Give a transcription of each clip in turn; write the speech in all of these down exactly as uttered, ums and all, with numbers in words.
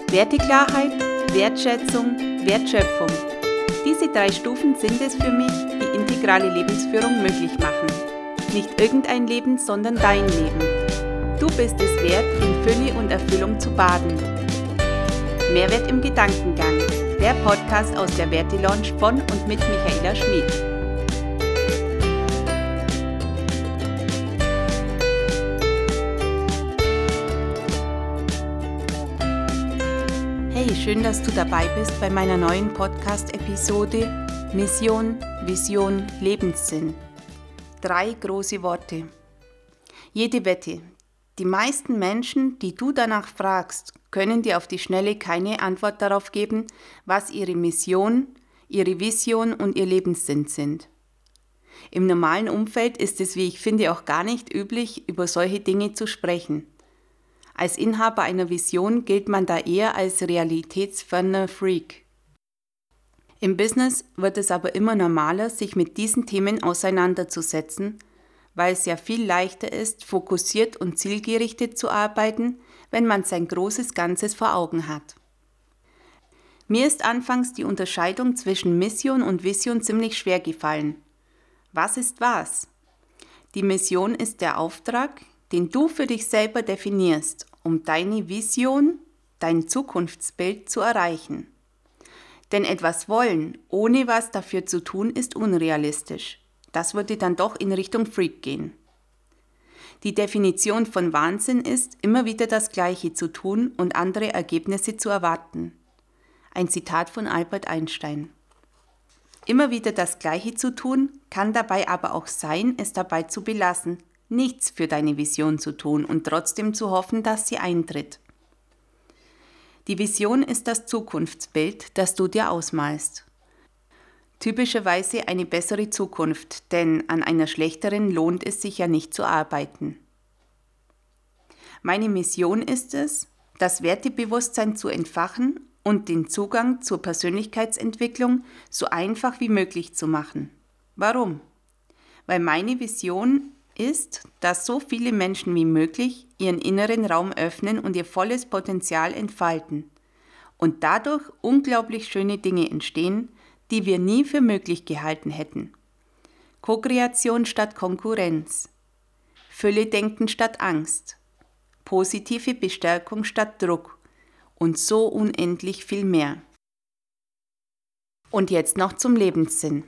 Werteklarheit, Wertschätzung, Wertschöpfung. Diese drei Stufen sind es für mich, die integrale Lebensführung möglich machen. Nicht irgendein Leben, sondern dein Leben. Du bist es wert, in Fülle und Erfüllung zu baden. Mehrwert im Gedankengang. Der Podcast aus der Werte-Lounge von und mit Michaela Schmid. Hey, schön, dass du dabei bist bei meiner neuen Podcast-Episode Mission, Vision, Lebenssinn. Drei große Worte. Jede Wette. Die meisten Menschen, die du danach fragst, können dir auf die Schnelle keine Antwort darauf geben, was ihre Mission, ihre Vision und ihr Lebenssinn sind. Im normalen Umfeld ist es, wie ich finde, auch gar nicht üblich, über solche Dinge zu sprechen. Als Inhaber einer Vision gilt man da eher als realitätsferner Freak. Im Business wird es aber immer normaler, sich mit diesen Themen auseinanderzusetzen, weil es ja viel leichter ist, fokussiert und zielgerichtet zu arbeiten, wenn man sein großes Ganzes vor Augen hat. Mir ist anfangs die Unterscheidung zwischen Mission und Vision ziemlich schwer gefallen. Was ist was? Die Mission ist der Auftrag, den du für dich selber definierst, um deine Vision, dein Zukunftsbild zu erreichen. Denn etwas wollen, ohne was dafür zu tun, ist unrealistisch. Das würde dann doch in Richtung Freak gehen. Die Definition von Wahnsinn ist, immer wieder das Gleiche zu tun und andere Ergebnisse zu erwarten. Ein Zitat von Albert Einstein. Immer wieder das Gleiche zu tun, kann dabei aber auch sein, es dabei zu belassen, nichts für deine Vision zu tun und trotzdem zu hoffen, dass sie eintritt. Die Vision ist das Zukunftsbild, das du dir ausmalst. Typischerweise eine bessere Zukunft, denn an einer schlechteren lohnt es sich ja nicht zu arbeiten. Meine Mission ist es, das Wertebewusstsein zu entfachen und den Zugang zur Persönlichkeitsentwicklung so einfach wie möglich zu machen. Warum? Weil meine Vision ist, dass so viele Menschen wie möglich ihren inneren Raum öffnen und ihr volles Potenzial entfalten und dadurch unglaublich schöne Dinge entstehen, die wir nie für möglich gehalten hätten. Co-Kreation statt Konkurrenz, Fülle-Denken statt Angst, positive Bestärkung statt Druck und so unendlich viel mehr. Und jetzt noch zum Lebenssinn.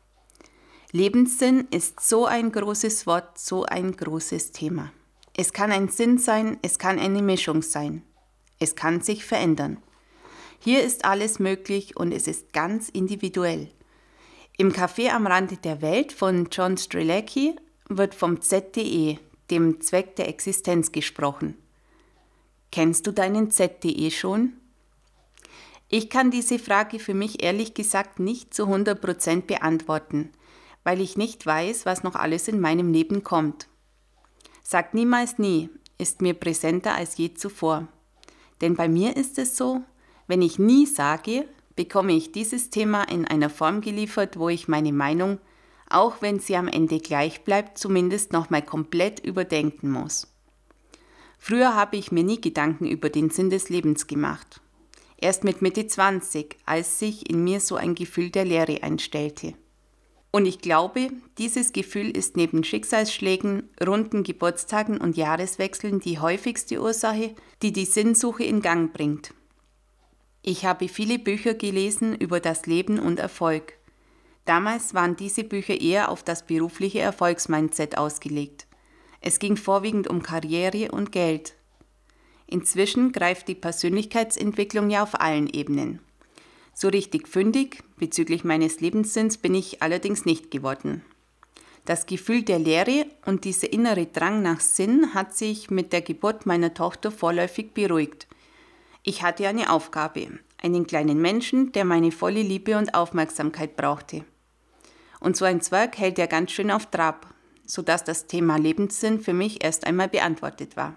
Lebenssinn ist so ein großes Wort, so ein großes Thema. Es kann ein Sinn sein, es kann eine Mischung sein. Es kann sich verändern. Hier ist alles möglich und es ist ganz individuell. Im Café am Rande der Welt von John Strzelecki wird vom Z D E, dem Zweck der Existenz, gesprochen. Kennst du deinen Z D E schon? Ich kann diese Frage für mich ehrlich gesagt nicht zu hundert Prozent beantworten, weil ich nicht weiß, was noch alles in meinem Leben kommt. Sag niemals nie, ist mir präsenter als je zuvor. Denn bei mir ist es so, wenn ich nie sage, bekomme ich dieses Thema in einer Form geliefert, wo ich meine Meinung, auch wenn sie am Ende gleich bleibt, zumindest nochmal komplett überdenken muss. Früher habe ich mir nie Gedanken über den Sinn des Lebens gemacht. Erst mit Mitte zwanzig, als sich in mir so ein Gefühl der Leere einstellte. Und ich glaube, dieses Gefühl ist neben Schicksalsschlägen, runden Geburtstagen und Jahreswechseln die häufigste Ursache, die die Sinnsuche in Gang bringt. Ich habe viele Bücher gelesen über das Leben und Erfolg. Damals waren diese Bücher eher auf das berufliche Erfolgsmindset ausgelegt. Es ging vorwiegend um Karriere und Geld. Inzwischen greift die Persönlichkeitsentwicklung ja auf allen Ebenen. So richtig fündig bezüglich meines Lebenssinns bin ich allerdings nicht geworden. Das Gefühl der Leere und dieser innere Drang nach Sinn hat sich mit der Geburt meiner Tochter vorläufig beruhigt. Ich hatte eine Aufgabe, einen kleinen Menschen, der meine volle Liebe und Aufmerksamkeit brauchte. Und so ein Zwerg hält ja ganz schön auf Trab, sodass das Thema Lebenssinn für mich erst einmal beantwortet war.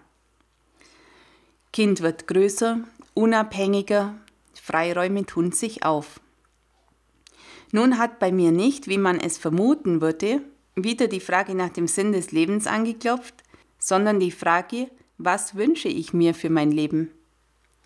Kind wird größer, unabhängiger, Freiräume tun sich auf. Nun hat bei mir nicht, wie man es vermuten würde, wieder die Frage nach dem Sinn des Lebens angeklopft, sondern die Frage, was wünsche ich mir für mein Leben?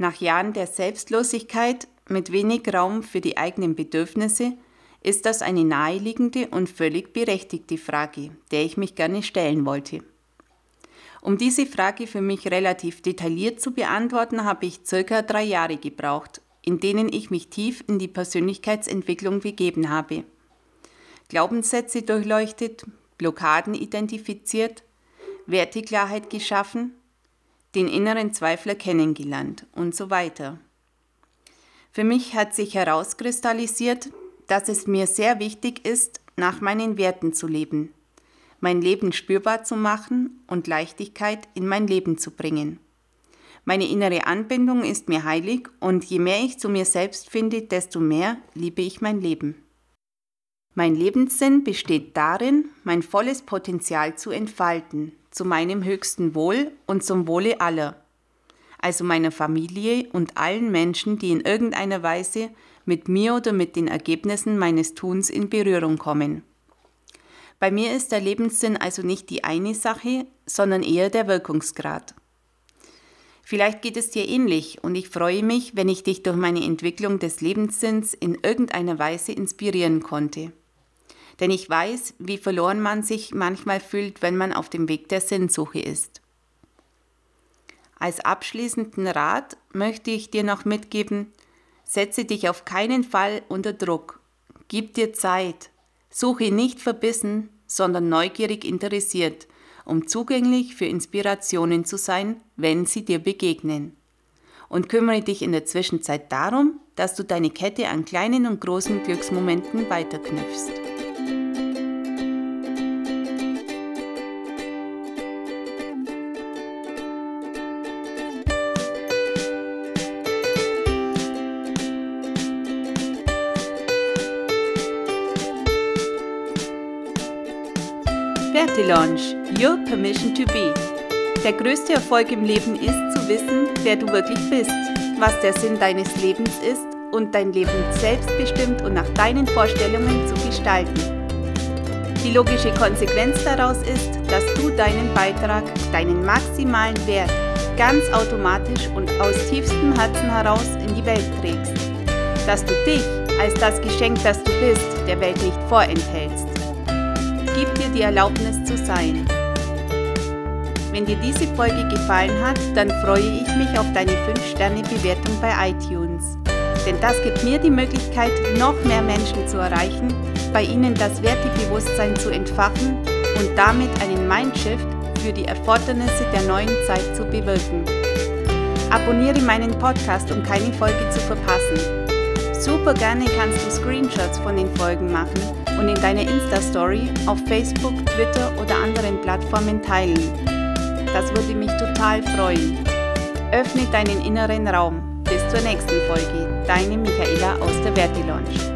Nach Jahren der Selbstlosigkeit mit wenig Raum für die eigenen Bedürfnisse ist das eine naheliegende und völlig berechtigte Frage, der ich mich gerne stellen wollte. Um diese Frage für mich relativ detailliert zu beantworten, habe ich circa drei Jahre gebraucht, in denen ich mich tief in die Persönlichkeitsentwicklung begeben habe. Glaubenssätze durchleuchtet, Blockaden identifiziert, Werteklarheit geschaffen, den inneren Zweifler kennengelernt und so weiter. Für mich hat sich herauskristallisiert, dass es mir sehr wichtig ist, nach meinen Werten zu leben, mein Leben spürbar zu machen und Leichtigkeit in mein Leben zu bringen. Meine innere Anbindung ist mir heilig und je mehr ich zu mir selbst finde, desto mehr liebe ich mein Leben. Mein Lebenssinn besteht darin, mein volles Potenzial zu entfalten, zu meinem höchsten Wohl und zum Wohle aller, also meiner Familie und allen Menschen, die in irgendeiner Weise mit mir oder mit den Ergebnissen meines Tuns in Berührung kommen. Bei mir ist der Lebenssinn also nicht die eine Sache, sondern eher der Wirkungsgrad. Vielleicht geht es dir ähnlich und ich freue mich, wenn ich dich durch meine Entwicklung des Lebenssinns in irgendeiner Weise inspirieren konnte. Denn ich weiß, wie verloren man sich manchmal fühlt, wenn man auf dem Weg der Sinnsuche ist. Als abschließenden Rat möchte ich dir noch mitgeben, setze dich auf keinen Fall unter Druck. Gib dir Zeit. Suche nicht verbissen, sondern neugierig interessiert, um zugänglich für Inspirationen zu sein, wenn sie dir begegnen. Und kümmere dich in der Zwischenzeit darum, dass du deine Kette an kleinen und großen Glücksmomenten weiterknüpfst. Vertilaunch, your permission to be. Der größte Erfolg im Leben ist zu wissen, wer du wirklich bist, was der Sinn deines Lebens ist und dein Leben selbstbestimmt und nach deinen Vorstellungen zu gestalten. Die logische Konsequenz daraus ist, dass du deinen Beitrag, deinen maximalen Wert ganz automatisch und aus tiefstem Herzen heraus in die Welt trägst. Dass du dich als das Geschenk, das du bist, der Welt nicht vorenthältst. Gib dir die Erlaubnis zu sein. Wenn dir diese Folge gefallen hat, dann freue ich mich auf deine fünf Sterne Bewertung bei iTunes. Denn das gibt mir die Möglichkeit, noch mehr Menschen zu erreichen, bei ihnen das Wertebewusstsein zu entfachen und damit einen Mindshift für die Erfordernisse der neuen Zeit zu bewirken. Abonniere meinen Podcast, um keine Folge zu verpassen. Super gerne kannst du Screenshots von den Folgen machen und in deiner Insta-Story auf Facebook, Twitter oder anderen Plattformen teilen. Das würde mich total freuen. Öffne deinen inneren Raum. Bis zur nächsten Folge. Deine Michaela aus der Vertilaunch.